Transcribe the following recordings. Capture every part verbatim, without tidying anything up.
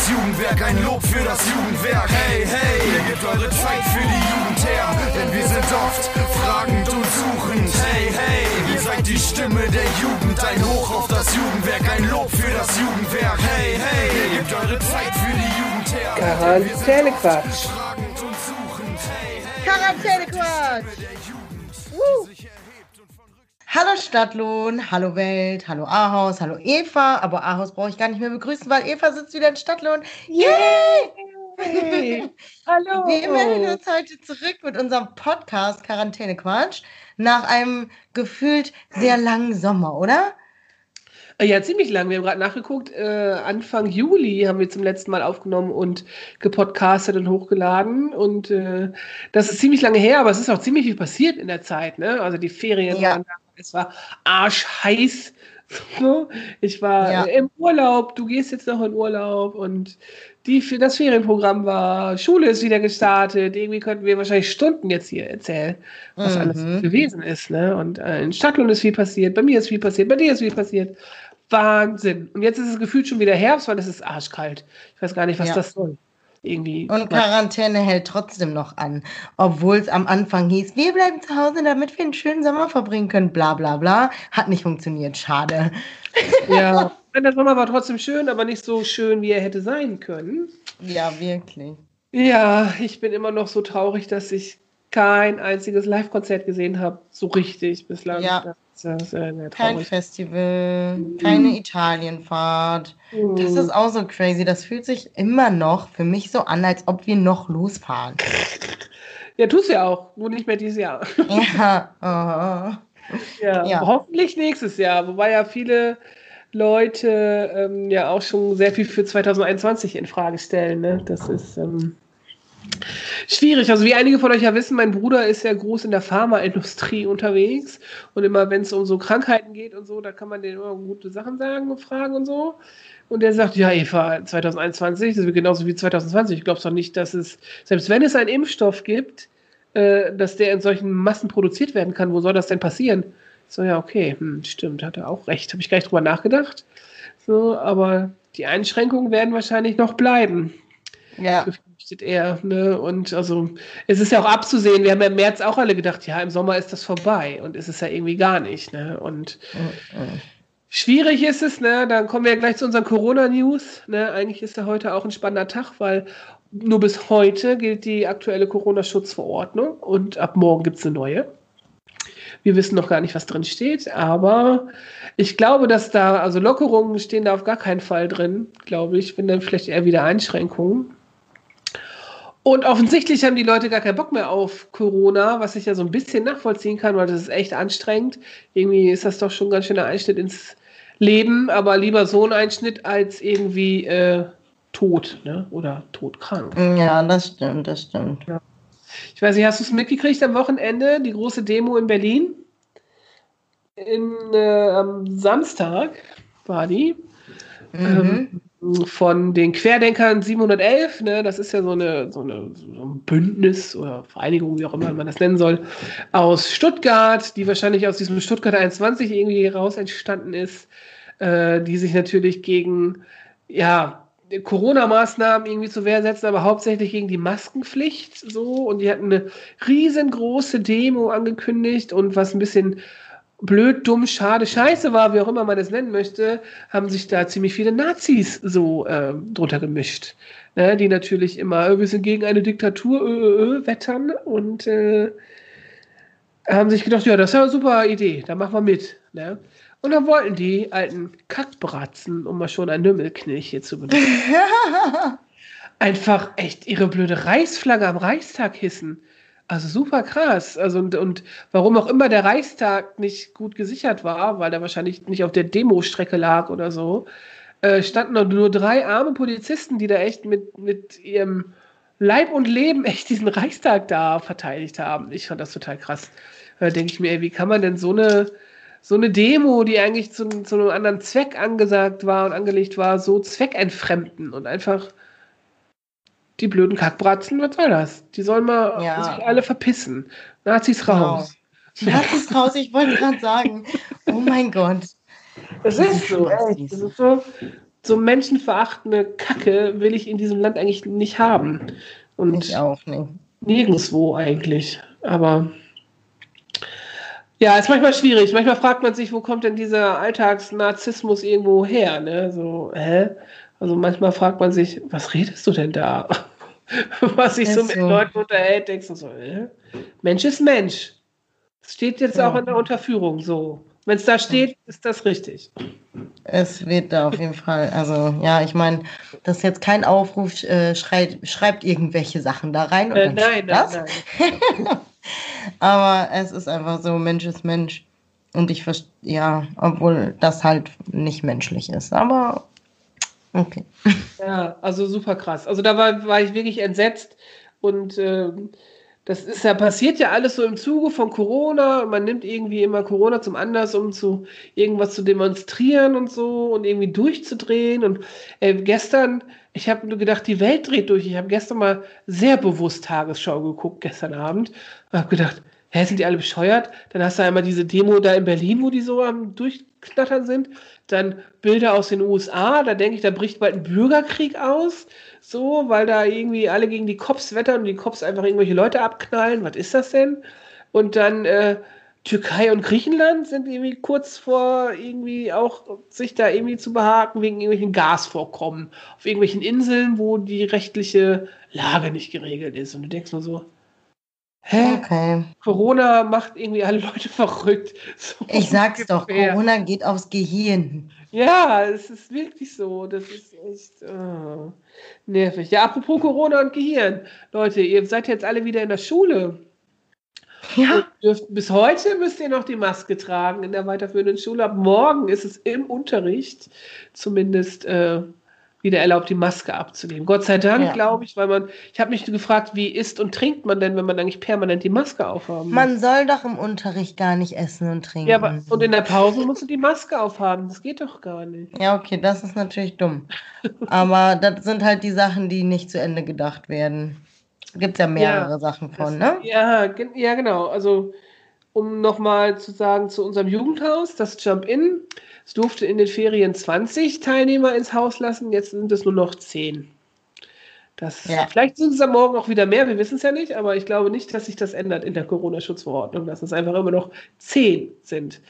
Jugendwerk, ein Lob für das Jugendwerk. Hey, hey, ihr gebt eure Zeit für die Jugend her, denn wir sind oft fragend und suchend. Hey, hey, ihr seid die Stimme der Jugend, ein Hoch auf das Jugendwerk, ein Lob für das Jugendwerk. Hey, hey, ihr gebt eure Zeit für die Jugend her. Quarantänequatsch. Quarantänequatsch. Uh. Hallo Stadtlohn, hallo Welt, hallo Ahaus, hallo Eva. Aber Ahaus brauche ich gar nicht mehr begrüßen, weil Eva sitzt wieder in Stadtlohn. Yay! Hey. Hallo! Wir melden uns heute zurück mit unserem Podcast Quarantänequatsch nach einem gefühlt sehr langen Sommer, oder? Ja, ziemlich lang. Wir haben gerade nachgeguckt. Äh, Anfang Juli haben wir zum letzten Mal aufgenommen und gepodcastet und hochgeladen. Und äh, das ist ziemlich lange her, aber es ist auch ziemlich viel passiert in der Zeit. Ne? Also die Ferien Ja. waren da, es war arschheiß. So. Ich war Ja. äh, im Urlaub, du gehst jetzt noch in Urlaub und die, das Ferienprogramm war, Schule ist wieder gestartet. Irgendwie könnten wir wahrscheinlich Stunden jetzt hier erzählen, was Mhm. alles gewesen ist. Ne? Und äh, in Stadtlohn ist viel passiert, bei mir ist viel passiert, bei dir ist viel passiert. Wahnsinn. Und jetzt ist es gefühlt schon wieder Herbst, weil es ist arschkalt. Ich weiß gar nicht, was Ja. das soll. Irgendwie. Und Quarantäne hält trotzdem noch an, obwohl es am Anfang hieß, wir bleiben zu Hause, damit wir einen schönen Sommer verbringen können, bla bla bla. Hat nicht funktioniert, schade. Ja, der Sommer war trotzdem schön, aber nicht so schön, wie er hätte sein können. Ja, wirklich. Ja, ich bin immer noch so traurig, dass ich kein einziges Live-Konzert gesehen habe, so richtig bislang. Ja. Das ist äh, sehr Kein traurig. Festival, keine Italienfahrt. Das ist auch so crazy. Das fühlt sich immer noch für mich so an, als ob wir noch losfahren. Ja, tust ja auch, nur nicht mehr dieses Jahr. Ja, oh. Ja, Ja. hoffentlich nächstes Jahr, wobei ja viele Leute ähm, ja auch schon sehr viel für zwanzig einundzwanzig in Frage stellen. Ne? Das ist ähm, schwierig. Also wie einige von euch ja wissen, mein Bruder ist ja groß in der Pharmaindustrie unterwegs und immer wenn es um so Krankheiten geht und so, da kann man denen immer gute Sachen sagen und fragen und so. Und der sagt, ja Eva, zwanzig einundzwanzig, das wird genauso wie zwanzig zwanzig. Ich glaube doch nicht, dass es, selbst wenn es einen Impfstoff gibt, äh, dass der in solchen Massen produziert werden kann. Wo soll das denn passieren? So, ja, okay, hm, stimmt, hat er auch recht. Habe ich gar nicht drüber nachgedacht. So, aber die Einschränkungen werden wahrscheinlich noch bleiben. Ja. Befürchtet er, ne? Und also, es ist ja auch abzusehen, wir haben ja im März auch alle gedacht, ja, im Sommer ist das vorbei und ist es ja irgendwie gar nicht, ne? Und Mhm. schwierig ist es, ne? Dann kommen wir ja gleich zu unseren Corona-News, ne? Eigentlich ist ja heute auch ein spannender Tag, weil nur bis heute gilt die aktuelle Corona-Schutzverordnung und ab morgen gibt es eine neue. Wir wissen noch gar nicht, was drin steht, aber ich glaube, dass da, also Lockerungen stehen da auf gar keinen Fall drin, glaube ich, wenn dann vielleicht eher wieder Einschränkungen. Und offensichtlich haben die Leute gar keinen Bock mehr auf Corona, was ich ja so ein bisschen nachvollziehen kann, weil das ist echt anstrengend. Irgendwie ist das doch schon ein ganz schöner Einschnitt ins Leben, aber lieber so ein Einschnitt als irgendwie äh, tot, ne? Oder todkrank. Ja, das stimmt, das stimmt. Ich weiß nicht, hast du es mitgekriegt am Wochenende, die große Demo in Berlin? In, äh, am Samstag war die. Mhm. Ähm, von den Querdenkern siebenhundertelf, ne, das ist ja so, eine, so, eine, so ein Bündnis oder Vereinigung, wie auch immer man das nennen soll, aus Stuttgart, die wahrscheinlich aus diesem Stuttgart einundzwanzig irgendwie raus entstanden ist, äh, die sich natürlich gegen, ja, Corona-Maßnahmen irgendwie zur Wehr setzen, aber hauptsächlich gegen die Maskenpflicht so, und die hatten eine riesengroße Demo angekündigt, und was ein bisschen blöd, dumm, schade, scheiße war, wie auch immer man es nennen möchte, haben sich da ziemlich viele Nazis so äh, drunter gemischt, ne, die natürlich immer, äh, wir sind gegen eine Diktatur, äh, äh, wettern, und äh, haben sich gedacht, ja, das ist ja eine super Idee, da machen wir mit, ne? Und dann wollten die alten Kackbratzen, um mal schon ein Nümmelknilch hier zu benutzen, einfach echt ihre blöde Reichsflagge am Reichstag hissen. Also super krass. Also und, und warum auch immer der Reichstag nicht gut gesichert war, weil der wahrscheinlich nicht auf der Demostrecke lag oder so, äh, standen da nur drei arme Polizisten, die da echt mit, mit ihrem Leib und Leben echt diesen Reichstag da verteidigt haben. Ich fand das total krass. Da denke ich mir, ey, wie kann man denn so eine so eine Demo, die eigentlich zu, zu einem anderen Zweck angesagt war und angelegt war, so zweckentfremden und einfach die blöden Kackbratzen, was soll das? Die sollen mal Ja. sich alle verpissen. Nazis Genau. raus. Nazis raus, ich wollte gerade sagen, oh mein Gott. Das ist so, echt. Das ist so, so menschenverachtende Kacke will ich in diesem Land eigentlich nicht haben. Und ich auch nicht. Nirgendwo eigentlich. Aber ja, ist manchmal schwierig. Manchmal fragt man sich, wo kommt denn dieser Alltagsnarzissmus irgendwo her? Ne? So, hä? Also manchmal fragt man sich, was redest du denn da? Was sich so mit so. Leuten unterhält, denkst du so, hä? Mensch ist Mensch. Das steht jetzt ja. auch in der Unterführung so. Wenn es da steht, ist das richtig. Es wird da auf jeden Fall, also ja, ich meine, das ist jetzt kein Aufruf, äh, schreit, schreibt irgendwelche Sachen da rein. Und äh, dann nein, das. nein, nein. Aber es ist einfach so, Mensch ist Mensch. Und ich verstehe, ja, obwohl das halt nicht menschlich ist. Aber okay. Ja, also super krass. Also da war, war ich wirklich entsetzt. Und äh, das ist ja, passiert ja alles so im Zuge von Corona. Man nimmt irgendwie immer Corona zum Anlass, um zu irgendwas zu demonstrieren und so und irgendwie durchzudrehen. Und äh, gestern, ich habe gedacht, die Welt dreht durch. Ich habe gestern mal sehr bewusst Tagesschau geguckt, gestern Abend. Und habe gedacht, hä, sind die alle bescheuert? Dann hast du einmal diese Demo da in Berlin, wo die so am Durchknattern sind. Dann Bilder aus den U S A, da denke ich, da bricht bald ein Bürgerkrieg aus. So, weil da irgendwie alle gegen die Cops wettern und die Cops einfach irgendwelche Leute abknallen. Was ist das denn? Und dann äh, Türkei und Griechenland sind irgendwie kurz vor irgendwie auch sich da irgendwie zu behaken wegen irgendwelchen Gasvorkommen auf irgendwelchen Inseln, wo die rechtliche Lage nicht geregelt ist. Und du denkst nur so, hä? Okay. Corona macht irgendwie alle Leute verrückt. So ich sag's ungefähr. Doch, Corona geht aufs Gehirn. Ja, es ist wirklich so. Das ist echt oh, nervig. Ja, apropos Corona und Gehirn. Leute, ihr seid jetzt alle wieder in der Schule. Ja. Dürft, bis heute müsst ihr noch die Maske tragen in der weiterführenden Schule. Ab morgen ist es im Unterricht zumindest äh, wieder erlaubt, die Maske abzunehmen. Gott sei Dank, ja. glaube ich, weil man, ich habe mich gefragt, wie isst und trinkt man denn, wenn man eigentlich permanent die Maske aufhaben muss? Man soll doch im Unterricht gar nicht essen und trinken. Ja, aber und in der Pause musst du die Maske aufhaben. Das geht doch gar nicht. Ja, okay, das ist natürlich dumm. Aber das sind halt die Sachen, die nicht zu Ende gedacht werden. Gibt ja mehrere ja, Sachen von, das, ne? Ja, ja, genau. Also, um nochmal zu sagen, zu unserem Jugendhaus, das Jump-In, es durfte in den Ferien zwanzig Teilnehmer ins Haus lassen, jetzt sind es nur noch zehn. Das, ja. Vielleicht sind es am Morgen auch wieder mehr, wir wissen es ja nicht, aber ich glaube nicht, dass sich das ändert in der Corona-Schutzverordnung, dass es einfach immer noch zehn sind.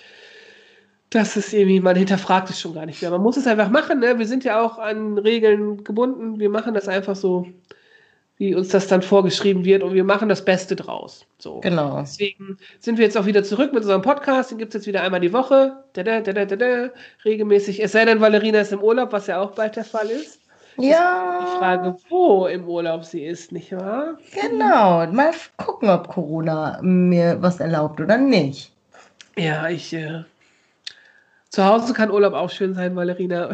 Das ist irgendwie, man hinterfragt es schon gar nicht mehr. Man muss es einfach machen, ne? Wir sind ja auch an Regeln gebunden, wir machen das einfach so, wie uns das dann vorgeschrieben wird und wir machen das Beste draus. So. Genau. Deswegen sind wir jetzt auch wieder zurück mit unserem Podcast, den gibt es jetzt wieder einmal die Woche, da, da, da, da, da, regelmäßig, es sei denn, Valerina ist im Urlaub, was ja auch bald der Fall ist. Ja. Die Frage, wo im Urlaub sie ist, nicht wahr? Genau, mal gucken, ob Corona mir was erlaubt oder nicht. Ja, ich, äh, zu Hause kann Urlaub auch schön sein, Valerina.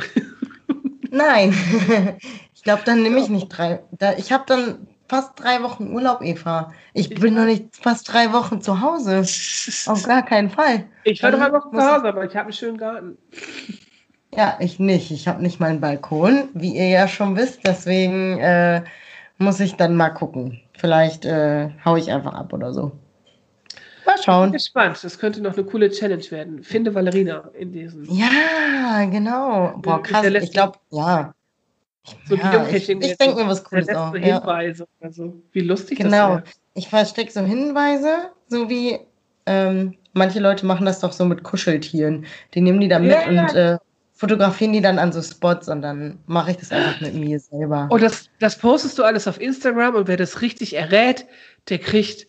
Nein, ich glaube, dann nehme ich nicht drei. Da, ich habe dann fast drei Wochen Urlaub, Eva. Ich, ich bin noch nicht fast drei Wochen zu Hause. Auf gar keinen Fall. Ich war drei Wochen zu Hause, aber ich habe einen schönen Garten. Ja, ich nicht. Ich habe nicht mal einen Balkon, wie ihr ja schon wisst. Deswegen äh, muss ich dann mal gucken. Vielleicht äh, haue ich einfach ab oder so. Mal schauen. Ich bin gespannt. Das könnte noch eine coole Challenge werden. Finde Valerina in diesem. Ja, genau. Boah, krass. Ich glaube, ja. So ja ich ich denke mir was Cooles auch. auch. Hinweise ja. oder so. Wie lustig genau. das ist. Genau. Ich verstecke so Hinweise, so wie ähm, manche Leute machen das doch so mit Kuscheltieren. Die nehmen die dann ja, mit ja. und äh, fotografieren die dann an so Spots und dann mache ich das einfach mit mir selber. Und das, das postest du alles auf Instagram und wer das richtig errät, der kriegt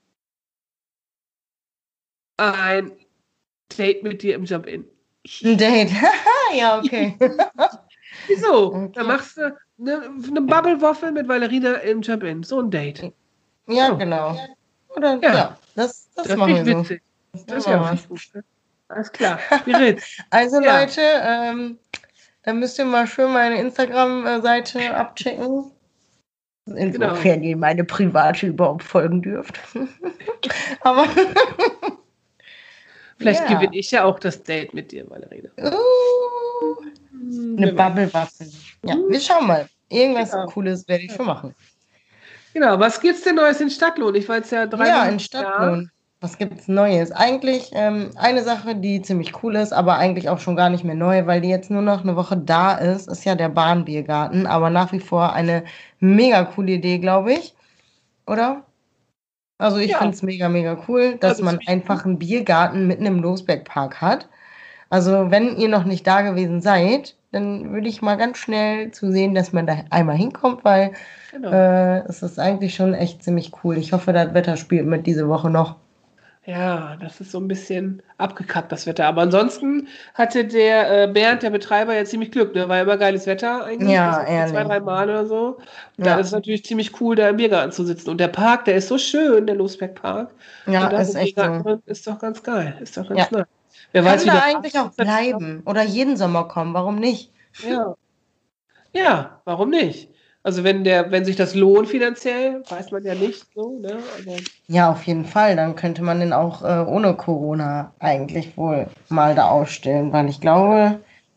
ein Date mit dir im Jump-In. Ein Date? Ja, okay. Wieso? Okay. Dann machst du eine, eine Bubble-Waffel mit Valerina im Jump-In. So ein Date. Ja, so. genau. Oder, ja. ja, das, das, das machen wir witzig. so. Das ist ja auch gut. Alles klar. Gerät. Also ja. Leute, ähm, dann müsst ihr mal schön meine Instagram-Seite abchecken. Insofern genau. ihr meine private überhaupt folgen dürft. Aber vielleicht ja. gewinne ich ja auch das Date mit dir, Valerina. Uh, eine Bubble-Waffel. Ja, wir schauen mal. Irgendwas genau. Cooles werde ich schon machen. Genau, was gibt's denn Neues in Stadtlohn? Ich war jetzt ja drei Ja, in Stadtlohn. Was gibt's Neues? Eigentlich ähm, eine Sache, die ziemlich cool ist, aber eigentlich auch schon gar nicht mehr neu, weil die jetzt nur noch eine Woche da ist, ist ja der Bahnbiergarten. Aber nach wie vor eine mega coole Idee, glaube ich. Oder? Also ich Ja, finde es mega, mega cool, dass also man ziemlich gut. einfach einen Biergarten mitten im Losbergpark hat. Also wenn ihr noch nicht da gewesen seid, dann würde ich mal ganz schnell zusehen, dass man da einmal hinkommt, weil Genau. äh, es ist eigentlich schon echt ziemlich cool. Ich hoffe, das Wetter spielt mit diese Woche noch. Ja, das ist so ein bisschen abgekackt, das Wetter. Aber ansonsten hatte der äh, Bernd, der Betreiber, ja ziemlich Glück. Ne? War immer geiles Wetter eigentlich, bis Ja, auf die zwei, ehrlich. drei Mal oder so. Und dann ist Ja, es natürlich ziemlich cool, da im Biergarten zu sitzen. Und der Park, der ist so schön, der Losbergpark. ja, Und da ist im echt Biergarten so. drin ist doch ganz geil. Ist doch Ja. ganz nice. Wer weiß, Kann wie da das eigentlich auch abgeht. bleiben oder jeden Sommer kommen, warum nicht? Ja. Ja, warum nicht? Also wenn der, wenn sich das lohnt finanziell, weiß man ja nicht so, ne? Aber Ja, auf jeden Fall. Dann könnte man den auch äh, ohne Corona eigentlich wohl mal da ausstellen, weil ich glaube,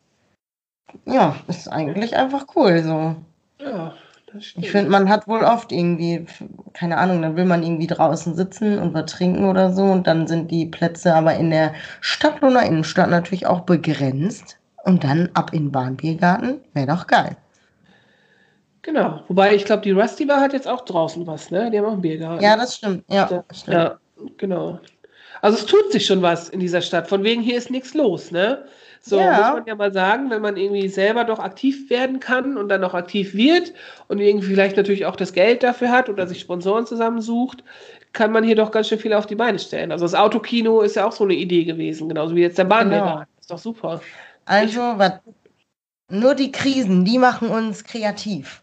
ja, ist eigentlich einfach cool so. ja, das Ich stimmt. finde, man hat wohl oft irgendwie, keine Ahnung, dann will man irgendwie draußen sitzen und was trinken oder so und dann sind die Plätze aber in der Stadtlohner Innenstadt natürlich auch begrenzt und dann ab in den Bahnbiergarten, wäre doch geil. Genau. Wobei ich glaube, die Rusty Bar hat jetzt auch draußen was, ne? Die haben auch einen Biergarten. Ja, das stimmt. Ja, Ja, stimmt. ja, genau. Also es tut sich schon was in dieser Stadt. Von wegen hier ist nichts los, ne? So Ja. muss man ja mal sagen, wenn man irgendwie selber doch aktiv werden kann und dann auch aktiv wird und irgendwie vielleicht natürlich auch das Geld dafür hat oder sich Sponsoren zusammensucht, kann man hier doch ganz schön viel auf die Beine stellen. Also das Autokino ist ja auch so eine Idee gewesen, genauso wie jetzt der Bahnbiergarten. Genau. Ist doch super. Also, was, nur die Krisen, die machen uns kreativ.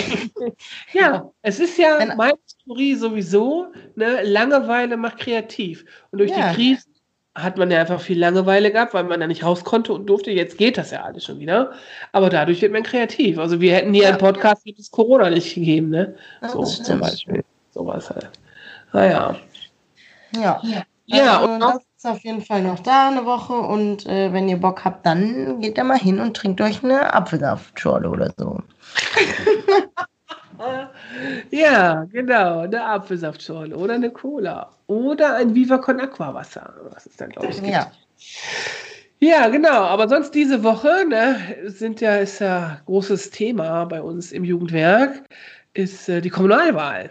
Ja, es ist ja Wenn- meine Theorie sowieso, ne, Langeweile macht kreativ. Und durch Ja. die Krise hat man ja einfach viel Langeweile gehabt, weil man da nicht raus konnte und durfte. Jetzt geht das ja alles schon wieder. Aber dadurch wird man kreativ. Also wir hätten hier Ja. einen Podcast, hätte es Corona nicht gegeben, ne? Das So stimmt. zum Beispiel. Sowas halt. Naja. Ja. Ja, also, und noch, das ist auf jeden Fall noch da eine Woche und äh, wenn ihr Bock habt, dann geht da mal hin und trinkt euch eine Apfelsaftschorle oder so. ja, genau, eine Apfelsaftschorle oder eine Cola oder ein Viva Con Aqua Wasser, was es dann, glaube ich, gibt. Ja. Ja, genau. Aber sonst diese Woche, ne, sind ja, ist ja großes Thema bei uns im Jugendwerk, ist äh, die Kommunalwahl.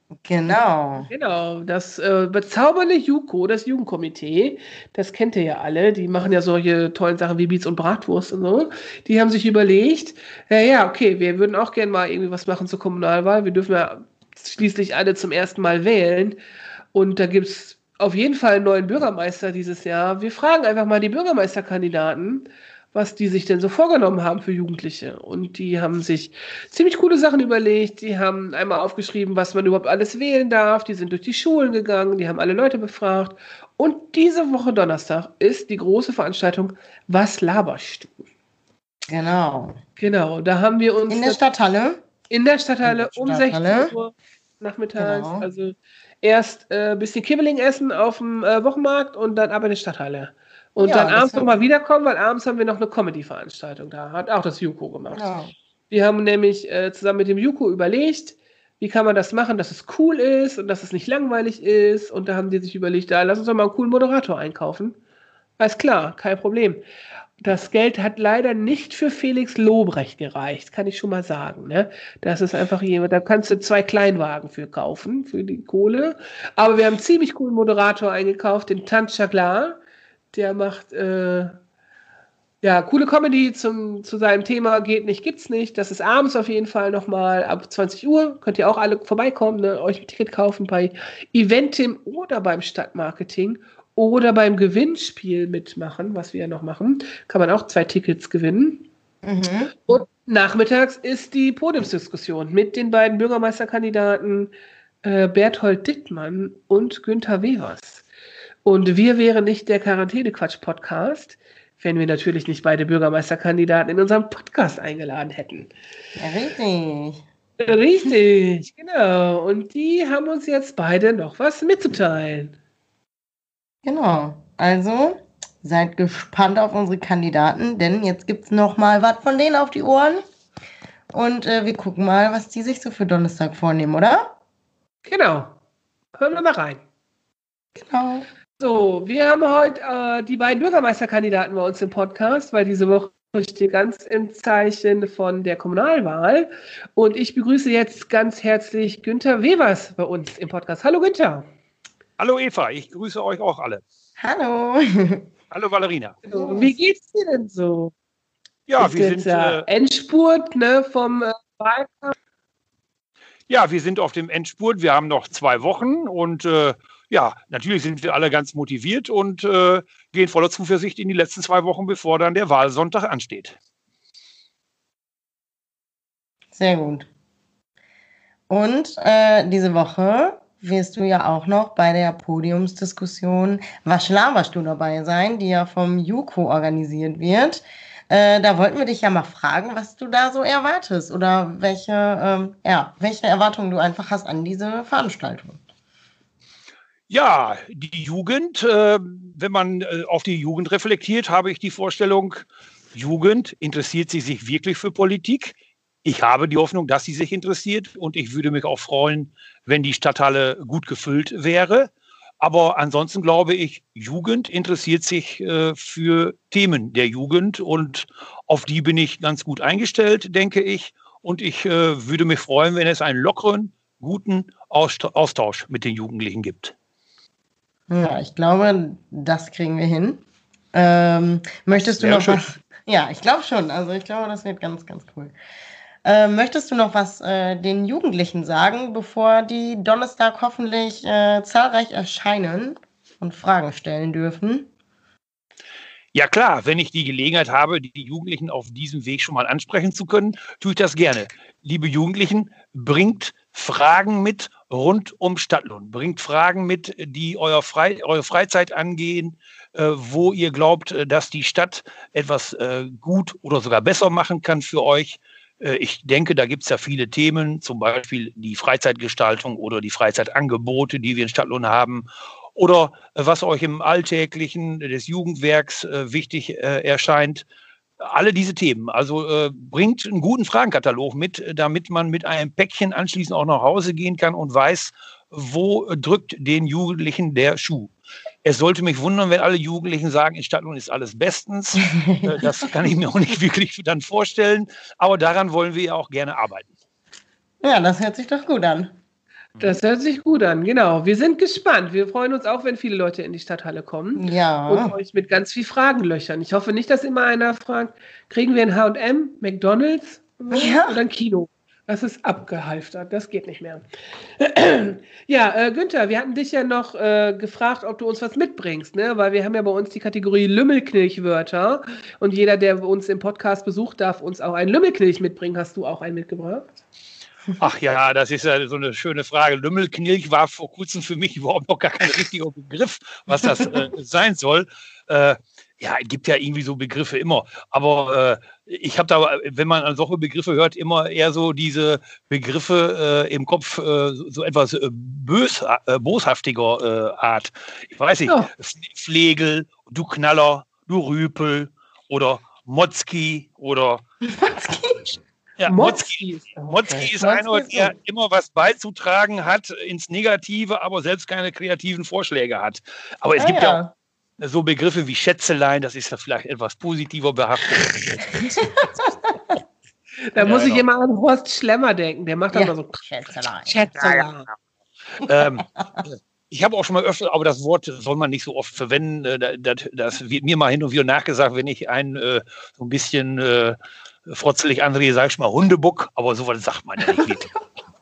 Genau. Genau, das äh, bezaubernde JUKO, das Jugendkomitee, das kennt ihr ja alle, die machen ja solche tollen Sachen wie Beats und Bratwurst und so. Die haben sich überlegt, äh, ja, okay, wir würden auch gerne mal irgendwie was machen zur Kommunalwahl. Wir dürfen ja schließlich alle zum ersten Mal wählen. Und da gibt es auf jeden Fall einen neuen Bürgermeister dieses Jahr. Wir fragen einfach mal die Bürgermeisterkandidaten, was die sich denn so vorgenommen haben für Jugendliche. Und die haben sich ziemlich coole Sachen überlegt. Die haben einmal aufgeschrieben, was man überhaupt alles wählen darf. Die sind durch die Schulen gegangen, die haben alle Leute befragt. Und diese Woche Donnerstag ist die große Veranstaltung Was laberst du? Genau. Genau, da haben wir uns In der Stadthalle. in der Stadthalle In der um Stadthalle. sechzehn Uhr nachmittags. Genau. Also erst ein äh, bisschen Kibbeling essen auf dem äh, Wochenmarkt und dann ab in die Stadthalle. Und Ja, dann das abends wird- nochmal wiederkommen, weil abends haben wir noch eine Comedy-Veranstaltung da. Hat auch das JUKO gemacht. Genau. Wir haben nämlich äh, zusammen mit dem JUKO überlegt, wie kann man das machen, dass es cool ist und dass es nicht langweilig ist. Und da haben die sich überlegt, ja, lass uns doch mal einen coolen Moderator einkaufen. Alles klar, kein Problem. Das Geld hat leider nicht für Felix Lobrecht gereicht, kann ich schon mal sagen. Ne? Das ist einfach jemand, da kannst du zwei Kleinwagen für kaufen, für die Kohle. Aber wir haben einen ziemlich coolen Moderator eingekauft, den Tancha Klar. Der macht äh, ja coole Comedy zum, zu seinem Thema Geht nicht, gibt's nicht. Das ist abends auf jeden Fall nochmal ab zwanzig Uhr. Könnt ihr auch alle vorbeikommen, ne? Euch ein Ticket kaufen bei Eventim oder beim Stadtmarketing oder beim Gewinnspiel mitmachen, was wir ja noch machen. Kann man auch zwei Tickets gewinnen. Mhm. Und nachmittags ist die Podiumsdiskussion mit den beiden Bürgermeisterkandidaten äh, Berthold Dittmann und Günther Wevers. Und wir wären nicht der Quarantäne-Quatsch-Podcast, wenn wir natürlich nicht beide Bürgermeisterkandidaten in unserem Podcast eingeladen hätten. Ja, richtig. Richtig, genau. Und die haben uns jetzt beide noch was mitzuteilen. Genau. Also, seid gespannt auf unsere Kandidaten, denn jetzt gibt es noch mal was von denen auf die Ohren. Und äh, wir gucken mal, was die sich so für Donnerstag vornehmen, oder? Genau. Hören wir mal rein. Genau. So, wir haben heute äh, die beiden Bürgermeisterkandidaten bei uns im Podcast, weil diese Woche steht ganz im Zeichen von der Kommunalwahl. Und ich begrüße jetzt ganz herzlich Günther Wevers bei uns im Podcast. Hallo Günther. Hallo Eva, ich grüße euch auch alle. Hallo. Hallo Valerina. So, wie geht's dir denn so? Ja, Ist wir jetzt, sind äh, Endspurt ne, vom äh, Wahlkampf. ja, wir sind auf dem Endspurt. Wir haben noch zwei Wochen und äh, ja, natürlich sind wir alle ganz motiviert und äh, gehen voller Zuversicht in die letzten zwei Wochen, bevor dann der Wahlsonntag ansteht. Sehr gut. Und äh, diese Woche wirst du ja auch noch bei der Podiumsdiskussion Was laberst du dabei sein, die ja vom JUKO organisiert wird. Äh, da wollten wir dich ja mal fragen, was du da so erwartest oder welche, ähm, ja, welche Erwartungen du einfach hast an diese Veranstaltung. Ja, die Jugend, äh, wenn man äh, auf die Jugend reflektiert, habe ich die Vorstellung, Jugend interessiert sie sich wirklich für Politik. Ich habe die Hoffnung, dass sie sich interessiert und ich würde mich auch freuen, wenn die Stadthalle gut gefüllt wäre. Aber ansonsten glaube ich, Jugend interessiert sich äh, für Themen der Jugend und auf die bin ich ganz gut eingestellt, denke ich. Und ich äh, würde mich freuen, wenn es einen lockeren, guten Austausch mit den Jugendlichen gibt. Ja, ich glaube, das kriegen wir hin. Ähm, möchtest du noch schön. was? Ja, ich glaube schon. Also ich glaube, das wird ganz, ganz cool. Äh, möchtest du noch was äh, den Jugendlichen sagen, bevor die Donnerstag hoffentlich äh, zahlreich erscheinen und Fragen stellen dürfen? Ja klar, wenn ich die Gelegenheit habe, die Jugendlichen auf diesem Weg schon mal ansprechen zu können, tue ich das gerne. Liebe Jugendlichen, bringt Fragen mit rund um Stadtlohn. Bringt Fragen mit, die euer Frei, eure Freizeit angehen, äh, wo ihr glaubt, dass die Stadt etwas äh, gut oder sogar besser machen kann für euch. Äh, ich denke, da gibt es ja viele Themen, zum Beispiel die Freizeitgestaltung oder die Freizeitangebote, die wir in Stadtlohn haben. Oder äh, was euch im Alltäglichen des Jugendwerks äh, wichtig äh, erscheint. Alle diese Themen. Also äh, bringt einen guten Fragenkatalog mit, damit man mit einem Päckchen anschließend auch nach Hause gehen kann und weiß, wo drückt den Jugendlichen der Schuh. Es sollte mich wundern, wenn alle Jugendlichen sagen, in Stadtlohn ist alles bestens. äh, das kann ich mir auch nicht wirklich dann vorstellen. Aber daran wollen wir ja auch gerne arbeiten. Ja, das hört sich doch gut an. Das hört sich gut an, genau. Wir sind gespannt. Wir freuen uns auch, wenn viele Leute in die Stadthalle kommen Ja. und euch mit ganz viel Fragen löchern. Ich hoffe nicht, dass immer einer fragt, kriegen wir ein H und M, McDonald's Ja. oder ein Kino? Das ist abgehalftert, das geht nicht mehr. Ja, äh, Günther, wir hatten dich ja noch äh, gefragt, ob du uns was mitbringst, ne? Weil wir haben ja bei uns die Kategorie Lümmelknilchwörter und jeder, der uns im Podcast besucht, darf uns auch einen Lümmelknilch mitbringen. Hast du auch einen mitgebracht? Ach ja, das ist ja so eine schöne Frage. Lümmelknilch war vor kurzem für mich überhaupt noch gar kein richtiger Begriff, was das äh, sein soll. Äh, ja, es gibt ja irgendwie so Begriffe immer. Aber äh, ich habe da, wenn man an solche Begriffe hört, immer eher so diese Begriffe äh, im Kopf, äh, so, so etwas äh, bös, äh, boshaftiger äh, Art. Ich weiß nicht, Ja. Flegel, du Knaller, du Rüpel oder Motzki oder... Ja, Motzki, Motzki ist einer, der immer was beizutragen hat ins Negative, aber selbst keine kreativen Vorschläge hat. Aber es Ah, gibt ja. ja auch so Begriffe wie Schätzelein, das ist ja vielleicht etwas positiver behaftet. Da Ja, muss ich genau. immer an Horst Schlemmer denken. Der macht dann Ja. mal so Schätzelein. Schätzelein. ähm, ich habe auch schon mal öfter, aber das Wort soll man nicht so oft verwenden. äh, Das, das wird mir mal hin und wieder nachgesagt, wenn ich ein äh, so ein bisschen äh, frotzelig andrehe, sage ich mal Hundebuck, aber sowas sagt man ja nicht wirklich.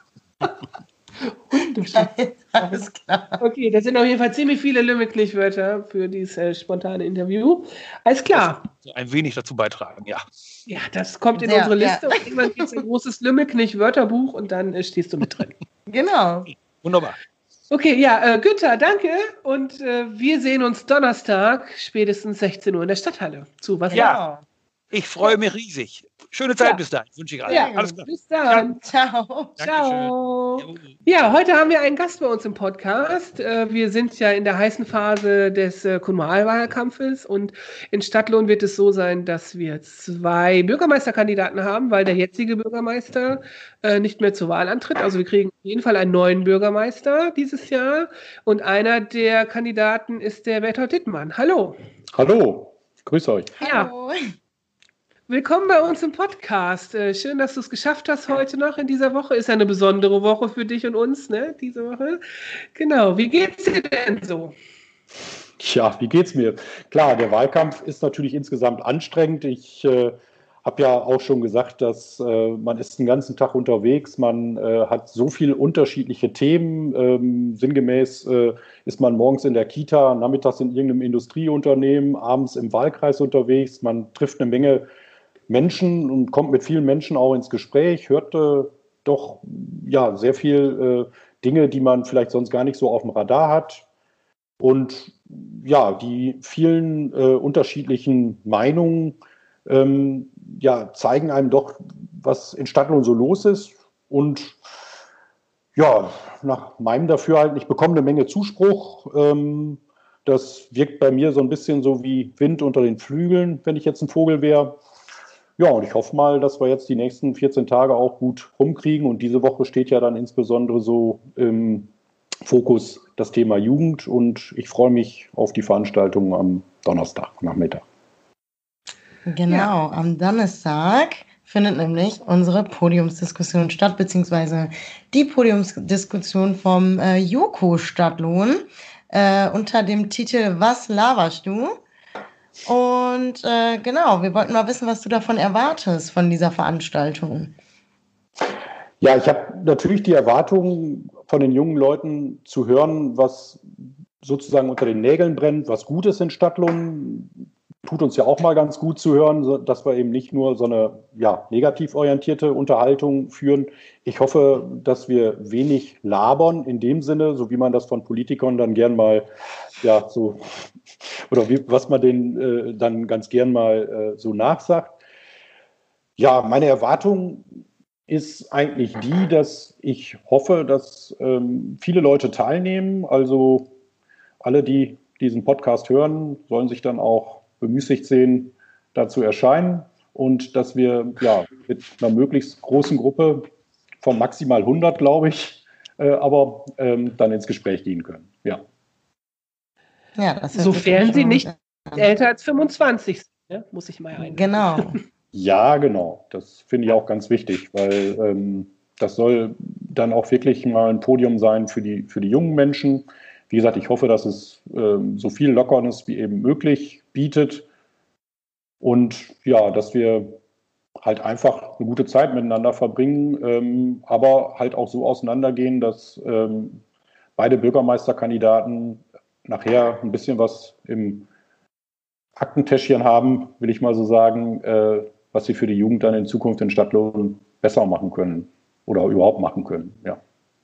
Alles klar. Okay, das sind auf jeden Fall ziemlich viele Lümmelknilchwörter für dieses äh, spontane Interview. Alles klar. So ein wenig dazu beitragen, ja. Ja, das kommt in Sehr, unsere Liste ja. und irgendwann gibt es ein großes Lümmelknilch-Wörterbuch und dann äh, stehst du mit drin. Genau. Wunderbar. Okay, ja, äh, Günther, danke und äh, wir sehen uns Donnerstag spätestens sechzehn Uhr in der Stadthalle. Zu was? Ja. Genau. Ich freue mich riesig. Schöne Zeit Ja. bis dahin. Wünsche ich allen. Ja, Alles klar. bis dann. Ciao. Ciao. Dankeschön. Ja, heute haben wir einen Gast bei uns im Podcast. Äh, Wir sind ja in der heißen Phase des äh, Kommunalwahlkampfes und in Stadtlohn wird es so sein, dass wir zwei Bürgermeisterkandidaten haben, weil der jetzige Bürgermeister äh, nicht mehr zur Wahl antritt. Also wir kriegen auf jeden Fall einen neuen Bürgermeister dieses Jahr und einer der Kandidaten ist der Berthold Dittmann. Hallo. Hallo, ich grüße euch. Ja. Hallo. Willkommen bei uns im Podcast. Äh, Schön, dass du es geschafft hast heute noch in dieser Woche. Ist ja eine besondere Woche für dich und uns, ne, diese Woche. Genau. Wie geht's dir denn so? Ja, wie geht's mir? Klar, der Wahlkampf ist natürlich insgesamt anstrengend. Ich äh, habe ja auch schon gesagt, dass äh, man ist den ganzen Tag unterwegs. Man äh, hat so viele unterschiedliche Themen. Ähm, sinngemäß äh, ist man morgens in der Kita, nachmittags in irgendeinem Industrieunternehmen, abends im Wahlkreis unterwegs. Man trifft eine Menge Menschen und kommt mit vielen Menschen auch ins Gespräch, hört äh, doch ja, sehr viel äh, Dinge, die man vielleicht sonst gar nicht so auf dem Radar hat. Und ja, die vielen äh, unterschiedlichen Meinungen ähm, ja, zeigen einem doch, was in Stadtlohn so los ist. Und ja, nach meinem Dafürhalten, ich bekomme eine Menge Zuspruch. Ähm, das wirkt bei mir so ein bisschen so wie Wind unter den Flügeln, wenn ich jetzt ein Vogel wäre. Ja, und ich hoffe mal, dass wir jetzt die nächsten vierzehn Tage auch gut rumkriegen. Und diese Woche steht ja dann insbesondere so im Fokus das Thema Jugend. Und ich freue mich auf die Veranstaltung am Donnerstagnachmittag. Genau, Ja. am Donnerstag findet nämlich unsere Podiumsdiskussion statt, beziehungsweise die Podiumsdiskussion vom äh, Joko Stadtlohn äh, unter dem Titel Was laberst du? Und äh, genau, wir wollten mal wissen, was du davon erwartest, von dieser Veranstaltung. Ja, ich habe natürlich die Erwartung von den jungen Leuten zu hören, was sozusagen unter den Nägeln brennt, was gut ist in Stadtlohn. Tut uns ja auch mal ganz gut zu hören, so, dass wir eben nicht nur so eine ja, negativ orientierte Unterhaltung führen. Ich hoffe, dass wir wenig labern in dem Sinne, so wie man das von Politikern dann gern mal, ja, so, oder wie, was man denen äh, dann ganz gern mal äh, so nachsagt. Ja, meine Erwartung ist eigentlich die, dass ich hoffe, dass ähm, viele Leute teilnehmen. Also alle, die diesen Podcast hören, sollen sich dann auch bemüßigt sehen, dazu erscheinen und dass wir ja mit einer möglichst großen Gruppe von maximal hundert, glaube ich, äh, aber ähm, dann ins Gespräch gehen können. Ja. Ja, das hört sich Sofern schon sie nicht an. älter als fünfundzwanzig sind, ne? Muss ich mal ein. Genau. Ja, genau. Das finde ich auch ganz wichtig, weil ähm, das soll dann auch wirklich mal ein Podium sein für die, für die jungen Menschen. Wie gesagt, ich hoffe, dass es ähm, so viel Lockernis wie eben möglich bietet und ja, dass wir halt einfach eine gute Zeit miteinander verbringen, ähm, aber halt auch so auseinandergehen, dass ähm, beide Bürgermeisterkandidaten nachher ein bisschen was im Aktentäschchen haben, will ich mal so sagen, äh, was sie für die Jugend dann in Zukunft in Stadtlohn besser machen können oder überhaupt machen können, ja.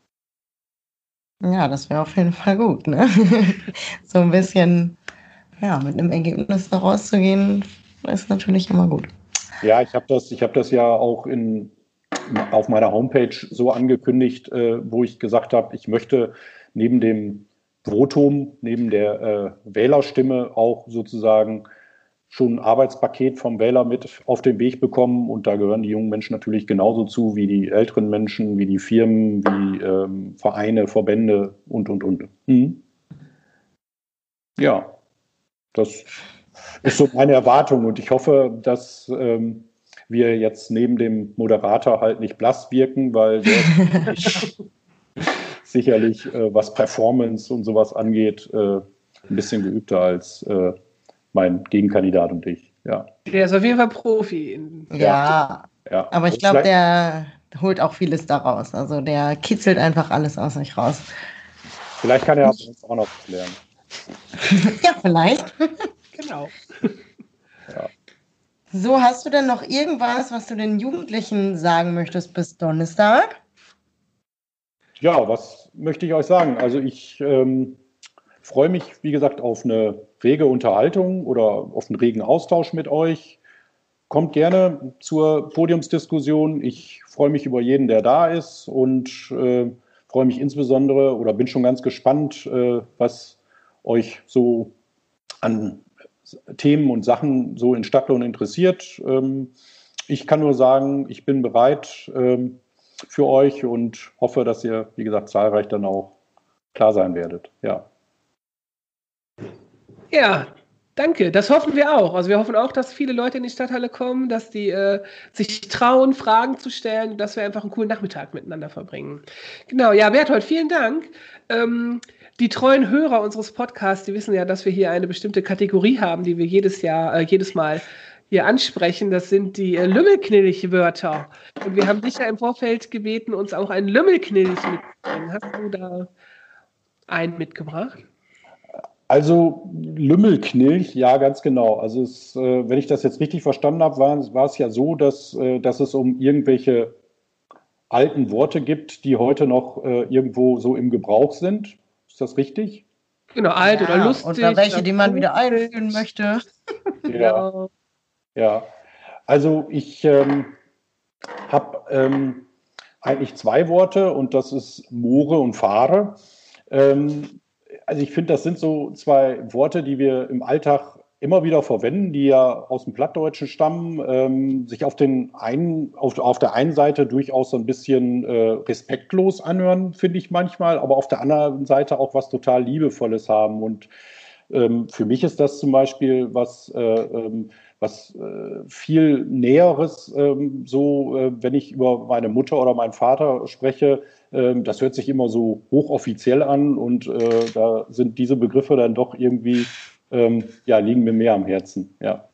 Ja, das wäre auf jeden Fall gut, ne? So ein bisschen, ja, mit einem Ergebnis da rauszugehen, ist natürlich immer gut. Ja, ich habe das, ich hab das ja auch in, auf meiner Homepage so angekündigt, äh, wo ich gesagt habe, ich möchte neben dem Votum, neben der äh, Wählerstimme auch sozusagen schon ein Arbeitspaket vom Wähler mit auf den Weg bekommen. Und da gehören die jungen Menschen natürlich genauso zu wie die älteren Menschen, wie die Firmen, wie ähm, Vereine, Verbände und, und, und. Mhm. Ja, das ist so meine Erwartung. Und ich hoffe, dass ähm, wir jetzt neben dem Moderator halt nicht blass wirken, weil der ist sicherlich, äh, was Performance und sowas angeht, äh, ein bisschen geübter als äh, mein Gegenkandidat und ich. Ja. Der ist auf jeden Fall Profi. In Ja, Ja. aber ich glaube, der holt auch vieles daraus. Also der kitzelt einfach alles aus euch raus. Vielleicht kann er uns auch noch was lernen. Ja, vielleicht. Genau. Ja. So, hast du denn noch irgendwas, was du den Jugendlichen sagen möchtest bis Donnerstag? Ja, was möchte ich euch sagen? Also ich ähm, freue mich, wie gesagt, auf eine rege Unterhaltung oder auf einen regen Austausch mit euch. kommt gerne zur Podiumsdiskussion. Ich freue mich über jeden, der da ist und äh, freue mich insbesondere oder bin schon ganz gespannt, äh, was euch so an Themen und Sachen so in Stadtlohn interessiert. Ähm, ich kann nur sagen, ich bin bereit ähm, für euch und hoffe, dass ihr, wie gesagt, zahlreich dann auch klar sein werdet. Ja. Ja, danke. Das hoffen wir auch. Also wir hoffen auch, dass viele Leute in die Stadthalle kommen, dass die äh, sich trauen, Fragen zu stellen, dass wir einfach einen coolen Nachmittag miteinander verbringen. Genau, ja, Berthold, vielen Dank. Ähm, die treuen Hörer unseres Podcasts, die wissen ja, dass wir hier eine bestimmte Kategorie haben, die wir jedes Jahr, äh, jedes Mal hier ansprechen. Das sind die äh, Lümmelknilch-Wörter. Und wir haben dich ja im Vorfeld gebeten, uns auch einen Lümmelknilch mitzubringen. Hast du da einen mitgebracht? Also Lümmelknilch, ja, ganz genau. Also es, äh, wenn ich das jetzt richtig verstanden habe, war, war es ja so, dass, äh, dass es um irgendwelche alten Worte gibt, die heute noch äh, irgendwo so im Gebrauch sind. Ist das richtig? Genau, alt Ja, oder lustig. oder welche, die man lustig. wieder einführen möchte. Ja, ja. Also ich ähm, habe ähm, eigentlich zwei Worte und das ist Moore und Fahre. Ähm, also ich finde, das sind so zwei Worte, die wir im Alltag immer wieder verwenden, die ja aus dem Plattdeutschen stammen, ähm, sich auf, den einen, auf, auf der einen Seite durchaus so ein bisschen äh, respektlos anhören, finde ich manchmal, aber auf der anderen Seite auch was total Liebevolles haben. Und ähm, für mich ist das zum Beispiel was, äh, ähm, was äh, viel Näheres, ähm, so äh, wenn ich über meine Mutter oder meinen Vater spreche. Ähm, das hört sich immer so hochoffiziell an und äh, da sind diese Begriffe dann doch irgendwie Ähm, ja, liegen mir mehr am Herzen, ja.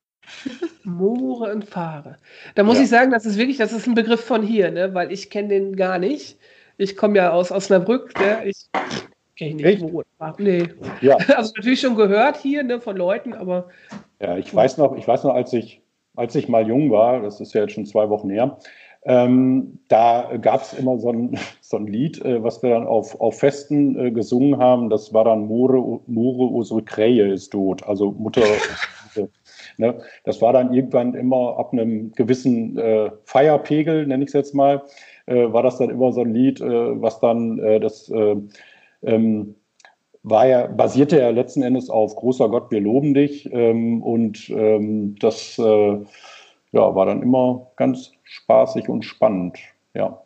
Moore und Fahre. Da muss Ja. ich sagen, das ist wirklich, das ist ein Begriff von hier, ne? Weil ich kenne den gar nicht. Ich komme ja aus Osnabrück, ne? Ich kenne nicht Echt? Moore und Fahre. Nee. Ja. Also natürlich schon gehört hier, ne, von Leuten, aber Ja, ich weiß noch, ich weiß noch, als ich, als ich mal jung war, das ist ja jetzt schon zwei Wochen her, ähm, da gab es immer so ein, so ein Lied, äh, was wir dann auf, auf Festen äh, gesungen haben. Das war dann More, More, unsere Krähe ist tot. Also Mutter, ne? Das war dann irgendwann immer ab einem gewissen äh, Feierpegel, nenne ich es jetzt mal, äh, war das dann immer so ein Lied, äh, was dann äh, das äh, ähm, war ja, basierte ja letzten Endes auf Großer Gott, wir loben dich. Ähm, und ähm, das äh, ja, war dann immer ganz spaßig und spannend. Ja.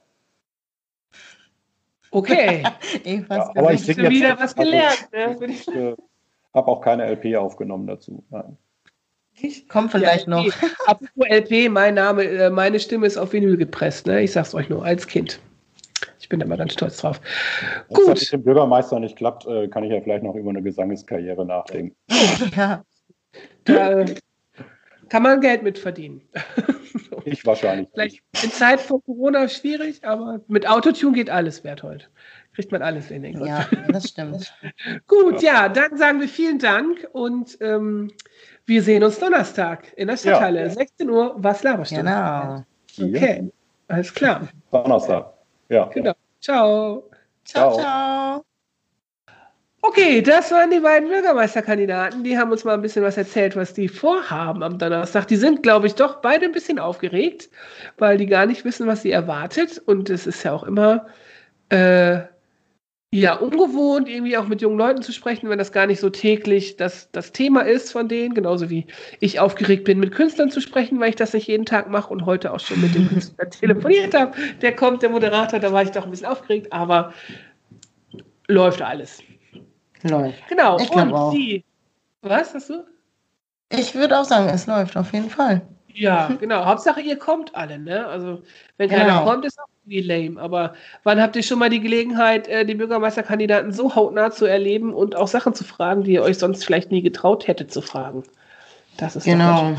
okay. Irgendwas Ja, aber ich Schon singe jetzt wieder was gelernt, ne? Ich äh, habe auch keine L P aufgenommen dazu. Nein. kommt vielleicht Ja, noch. okay. Apropos L P, mein Name, äh, meine Stimme ist auf Vinyl gepresst, ne? Ich sag's euch nur, als Kind. Ich bin da mal ganz stolz drauf. Wenn es Gut. mit dem Bürgermeister nicht klappt, äh, kann ich ja vielleicht noch über eine Gesangeskarriere nachdenken. Ja. Da äh, kann man Geld mit verdienen. Ich wahrscheinlich. Vielleicht in Zeit vor Corona schwierig, aber mit Autotune geht alles, Berthold. Kriegt man alles in den Griff. Ja, das stimmt. Gut, ja, dann sagen wir vielen Dank und ähm, wir sehen uns Donnerstag in der Stadthalle. Ja. sechzehn Uhr, was laberst du? Genau. Okay, alles klar. Donnerstag. Ja. Genau. Ciao. Ciao, Ciao. ciao. Okay, das waren die beiden Bürgermeisterkandidaten. Die haben uns mal ein bisschen was erzählt, was die vorhaben am Donnerstag. Die sind, glaube ich, doch beide ein bisschen aufgeregt, weil die gar nicht wissen, was sie erwartet. Und es ist ja auch immer äh, ja, ungewohnt, irgendwie auch mit jungen Leuten zu sprechen, wenn das gar nicht so täglich das, das Thema ist von denen. Genauso wie ich aufgeregt bin, mit Künstlern zu sprechen, weil ich das nicht jeden Tag mache und heute auch schon mit dem Künstler telefoniert habe. Der kommt, der Moderator, da war ich doch ein bisschen aufgeregt, aber läuft alles. Läuft. Genau. Ich glaub und auch. die. Was hast du? Ich würde auch sagen, es läuft auf jeden Fall. Ja, genau. Hauptsache, ihr kommt alle, ne? Also, wenn Genau. keiner kommt, ist auch irgendwie lame. Aber wann habt ihr schon mal die Gelegenheit, äh, die Bürgermeisterkandidaten so hautnah zu erleben und auch Sachen zu fragen, die ihr euch sonst vielleicht nie getraut hättet zu fragen? Das ist doch Genau. natürlich-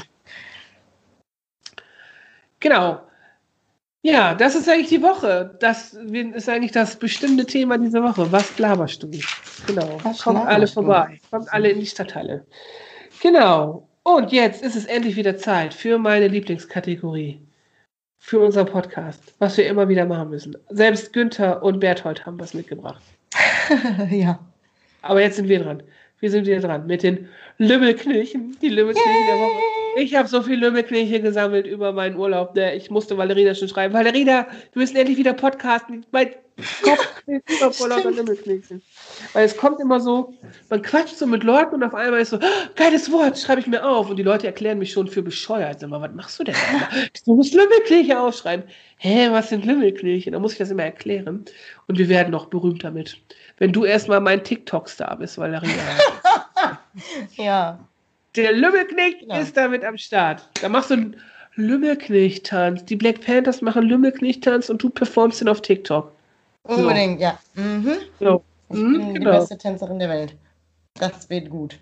Genau. Ja, das ist eigentlich die Woche. Das ist eigentlich das bestimmte Thema dieser Woche. Was laberst du? Genau. Was Kommt laberst alle du? vorbei. Kommt alle in die Stadthalle. Genau. Und jetzt ist es endlich wieder Zeit für meine Lieblingskategorie. Für unseren Podcast. Was wir immer wieder machen müssen. Selbst Günther und Berthold haben was mitgebracht. Ja. Aber jetzt sind wir dran. Wir sind wieder dran mit den Lümmelknilchen. Die Lümmelknilchen der Woche. Ich habe so viel Lümmelknilche gesammelt über meinen Urlaub. Ne? Ich musste Valerina schon schreiben. Valerina, wir müssen endlich wieder podcasten. Mein Kopf ist immer voller Lümmelknilchen. Weil es kommt immer so, man quatscht so mit Leuten und auf einmal ist so, oh, geiles Wort, schreibe ich mir auf. Und die Leute erklären mich schon für bescheuert. Sag mal, was machst du denn? Du musst Lümmelknilche aufschreiben. Hä, was sind Lümmelknilche? Da muss ich das immer erklären. Und wir werden noch berühmt damit. Wenn du erstmal mein TikTok-Star bist, Valerina. Ja. Der Lümmelknecht Genau. ist damit am Start. Da machst du einen Lümmelknecht-Tanz. Die Black Panthers machen Lümmelknecht-Tanz und du performst ihn auf TikTok. Unbedingt, ja. Mhm. So. Ich Mhm, bin die genau. beste Tänzerin der Welt. Das wird gut.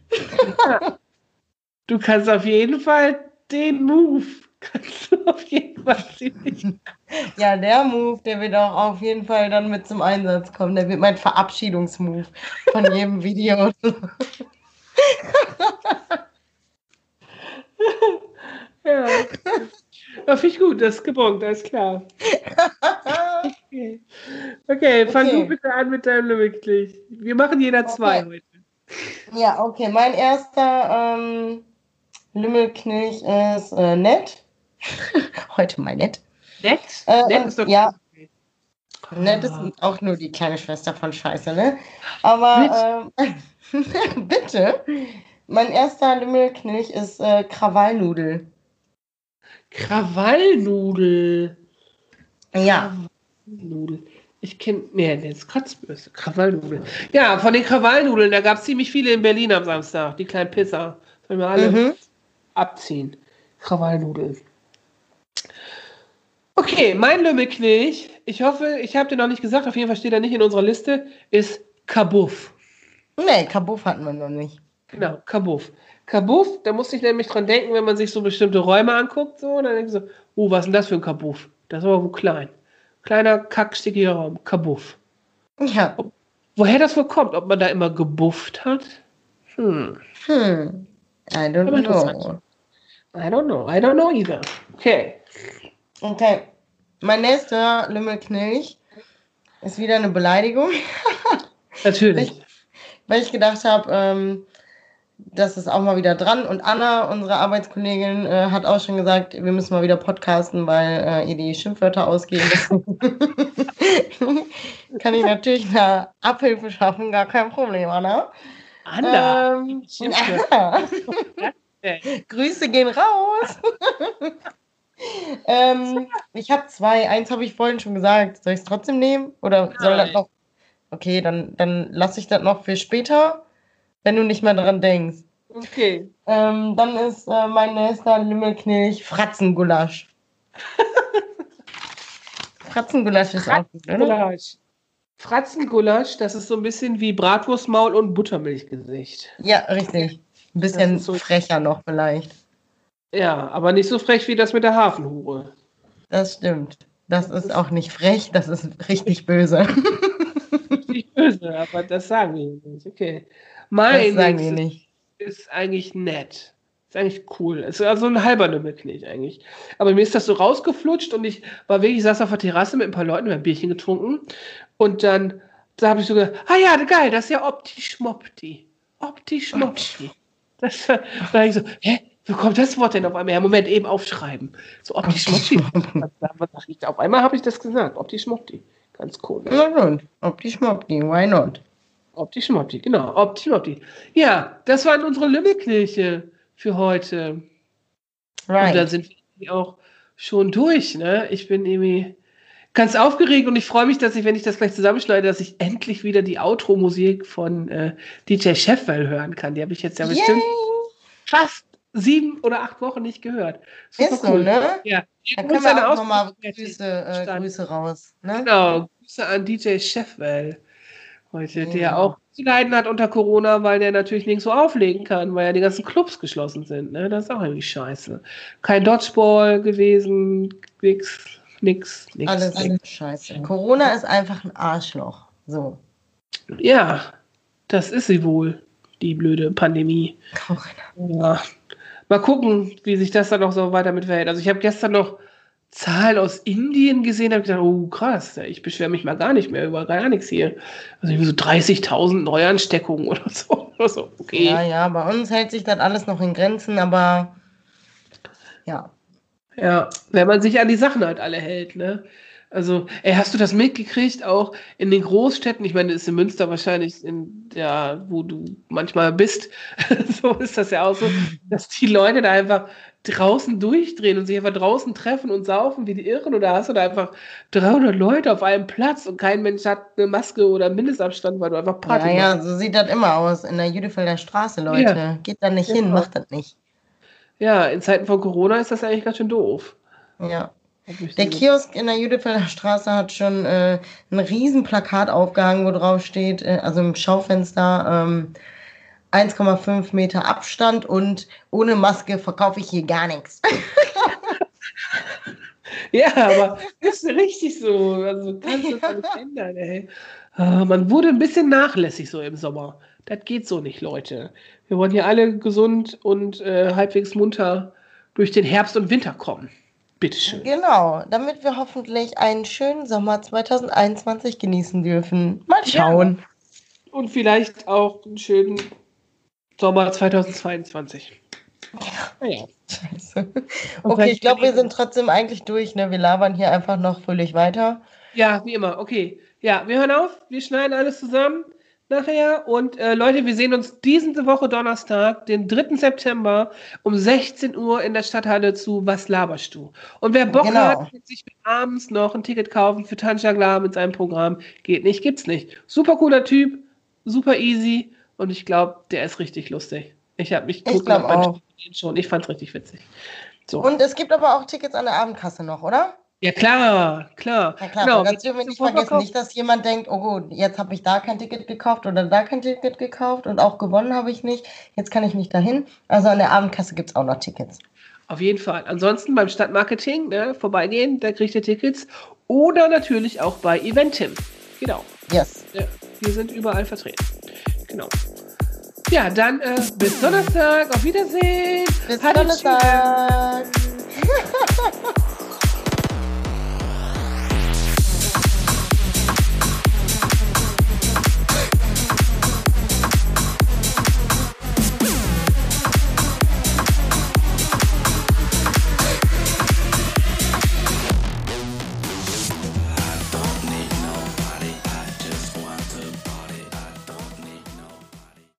Du kannst auf jeden Fall den Move. Kannst du auf jeden Fall ziemlich. Ja, der Move, der wird auch auf jeden Fall dann mit zum Einsatz kommen. Der wird mein Verabschiedungsmove von jedem Video. Ja. Ja, finde ich gut, das ist gebongt, alles klar. Okay, okay fang Okay. du bitte an mit deinem Lümmelknecht. Wir machen jeder zwei Okay. heute. Ja, okay. Mein erster ähm, Lümmelknilch ist äh, nett. Heute mal nett. Nett? Äh, Nett und- ist doch ja. Ah. Nett ist auch nur die kleine Schwester von Scheiße, ne? Aber ähm, bitte. Mein erster Lümmelknilch ist äh, Krawallnudel. Krawallnudel. Ja. Nudel. Ich kenne, nee, das ist Kratzbürste. Krawallnudel. Ja, von den Krawallnudeln, da gab es ziemlich viele in Berlin am Samstag. Die kleinen Pisser. Sollen wir alle Mhm. abziehen. Krawallnudeln. Okay, mein Lümmelknilch, ich hoffe, ich habe dir noch nicht gesagt, auf jeden Fall steht er nicht in unserer Liste, ist Kabuff. Nee, Kabuff hatten wir noch nicht. Genau, Kabuff. Kabuff, da musste ich nämlich dran denken, wenn man sich so bestimmte Räume anguckt, so, dann denke ich so, oh, was ist denn das für ein Kabuff? Das ist aber wohl klein. Kleiner, kackstickiger Raum, Kabuff. Ja. Woher das wohl kommt, ob man da immer gebufft hat? Hm, Hm. I don't Aber interessant. know. I don't know, I don't know either. Okay. Okay. Mein nächster Lümmelknilch ist wieder eine Beleidigung, Natürlich. weil ich gedacht habe, ähm, das ist auch mal wieder dran. Und Anna, unsere Arbeitskollegin, äh, hat auch schon gesagt, wir müssen mal wieder podcasten, weil äh, ihr die Schimpfwörter ausgehen. Kann ich natürlich eine Abhilfe schaffen, gar kein Problem, Anna. Anna. Ähm, Schimpfwörter. ja. Grüße gehen raus. ähm, ich habe zwei. Eins habe ich vorhin schon gesagt. Soll ich es trotzdem nehmen? Oder soll das Nein. noch? Okay, dann, dann lasse ich das noch für später, wenn du nicht mehr dran denkst. Okay. Ähm, dann ist äh, mein nächster Lümmelknilch Fratzengulasch. Fratzengulasch ist auch gut, oder? Fratzengulasch. Fratzengulasch, das ist so ein bisschen wie Bratwurstmaul und Buttermilchgesicht. Ja, richtig. Ein bisschen Das ist so- frecher noch vielleicht. Ja, aber nicht so frech wie das mit der Hafenhure. Das stimmt. Das ist auch nicht frech, das ist richtig böse. Nicht böse, aber das sagen wir nicht. Okay. Mein Das sagen wir nächstes nicht. ist eigentlich nett. Ist eigentlich cool. Ist also ein halber Lümmelknecht eigentlich. Aber mir ist das so rausgeflutscht und ich war wirklich, ich saß auf der Terrasse mit ein paar Leuten, wir haben ein Bierchen getrunken und dann da habe ich so gedacht, ah ja, geil, das ist ja Opti-Schmopti. Opti-Schmopti. Das, da habe ich so, hä, wo kommt das Wort denn auf einmal? Ja, Moment, eben aufschreiben. So Opti-Schmopti. Auf einmal habe ich das gesagt, Opti-Schmopti. Ganz komisch. Na gut, Opti-Schmopti, why not? Opti-Schmopti, genau, Opti-Schmopti. Ja, das waren unsere Lümmelknilche für heute. Und dann Right. sind wir auch schon durch, ne? Ich bin irgendwie ganz aufgeregt und ich freue mich, dass ich, wenn ich das gleich zusammenschneide, dass ich endlich wieder die Outro-Musik von äh, D J Chefwell hören kann. Die habe ich jetzt ja bestimmt fast sieben oder acht Wochen nicht gehört. Super Ist so, ne? Ja. Da Und können seine wir auch nochmal Ausdrucksweise Grüße, äh, stand. Grüße raus. Ne? Genau, Grüße an D J Chefwell heute, Ja. der auch zu leiden hat unter Corona, weil der natürlich nirgendwo auflegen kann, weil ja die ganzen Clubs geschlossen sind. Ne? Das ist auch irgendwie scheiße. Kein Dodgeball gewesen, nix, nix, nix. Alles nix. scheiße. Corona ist einfach ein Arschloch. So. Ja, das ist sie wohl, die blöde Pandemie. Ja. Mal gucken, wie sich das dann noch so weiter mit verhält. Also ich habe gestern noch Zahlen aus Indien gesehen, habe ich gedacht, oh krass, ich beschwere mich mal gar nicht mehr über gar nichts hier. Also irgendwie so dreißigtausend Neuansteckungen oder so. Oder so. Okay. Ja, ja, bei uns hält sich das alles noch in Grenzen, aber Ja. Ja, wenn man sich an die Sachen halt alle hält, ne? Also, ey, hast du das mitgekriegt, auch in den Großstädten? Ich meine, das ist in Münster wahrscheinlich, in der, wo du manchmal bist, so ist das ja auch so, dass die Leute da einfach draußen durchdrehen und sich einfach draußen treffen und saufen wie die Irren. Oder hast du da einfach dreihundert Leute auf einem Platz und kein Mensch hat eine Maske oder einen Mindestabstand, weil du einfach Party Ja, ja, machst. so sieht das immer aus in der Jüdefelder Straße, Leute. Ja. Geht da nicht Genau. hin, macht das nicht. Ja, in Zeiten von Corona ist das eigentlich ganz schön doof. Ja. Hab ich Der so- Kiosk in der Jüdefelder Straße hat schon äh, ein riesen Plakat aufgehangen, wo drauf steht, äh, also im Schaufenster, ähm, eins Komma fünf Meter Abstand und ohne Maske verkaufe ich hier gar nichts. Ja, aber ist richtig so. Also kannst du das alles ändern, ey. Ah, man wurde ein bisschen nachlässig so im Sommer. Das geht so nicht, Leute. Wir wollen hier alle gesund und äh, halbwegs munter durch den Herbst und Winter kommen. Bitteschön. Genau, damit wir hoffentlich einen schönen Sommer zwanzig einundzwanzig genießen dürfen. Mal schauen. Und vielleicht auch einen schönen Sommer zweitausendzweiundzwanzig. Naja. Scheiße. Okay, ich glaube, wir sind trotzdem eigentlich durch. Ne? Wir labern hier einfach noch fröhlich weiter. Ja, wie immer. Okay. Ja, wir hören auf. Wir schneiden alles zusammen nachher. Und äh, Leute, wir sehen uns diese Woche Donnerstag, den dritten September um sechzehn Uhr in der Stadthalle zu Was laberst du? Und wer Bock Genau. hat, kann sich abends noch ein Ticket kaufen für Tanja Glar mit seinem Programm. Geht nicht, gibt's nicht. Super cooler Typ, super easy. Und ich glaube, der ist richtig lustig. Ich habe mich Ich tot glaub gelacht beim auch. Spielen schon. Ich fand's richtig witzig. So. Und es gibt aber auch Tickets an der Abendkasse noch, oder? Ja, klar, klar. Ja klar, Genau, das dürfen wir nicht vergessen. Nicht, dass jemand denkt, oh gut, jetzt habe ich da kein Ticket gekauft oder da kein Ticket gekauft und auch gewonnen habe ich nicht. Jetzt kann ich nicht dahin. Also an der Abendkasse gibt es auch noch Tickets. Auf jeden Fall. Ansonsten beim Stadtmarketing ne, vorbeigehen, da kriegt ihr Tickets. Oder natürlich auch bei Eventim. Genau. Yes. Ja, wir sind überall vertreten. Genau. Ja, dann äh, bis Donnerstag. Auf Wiedersehen. Bis Hallo, Donnerstag. tschüss.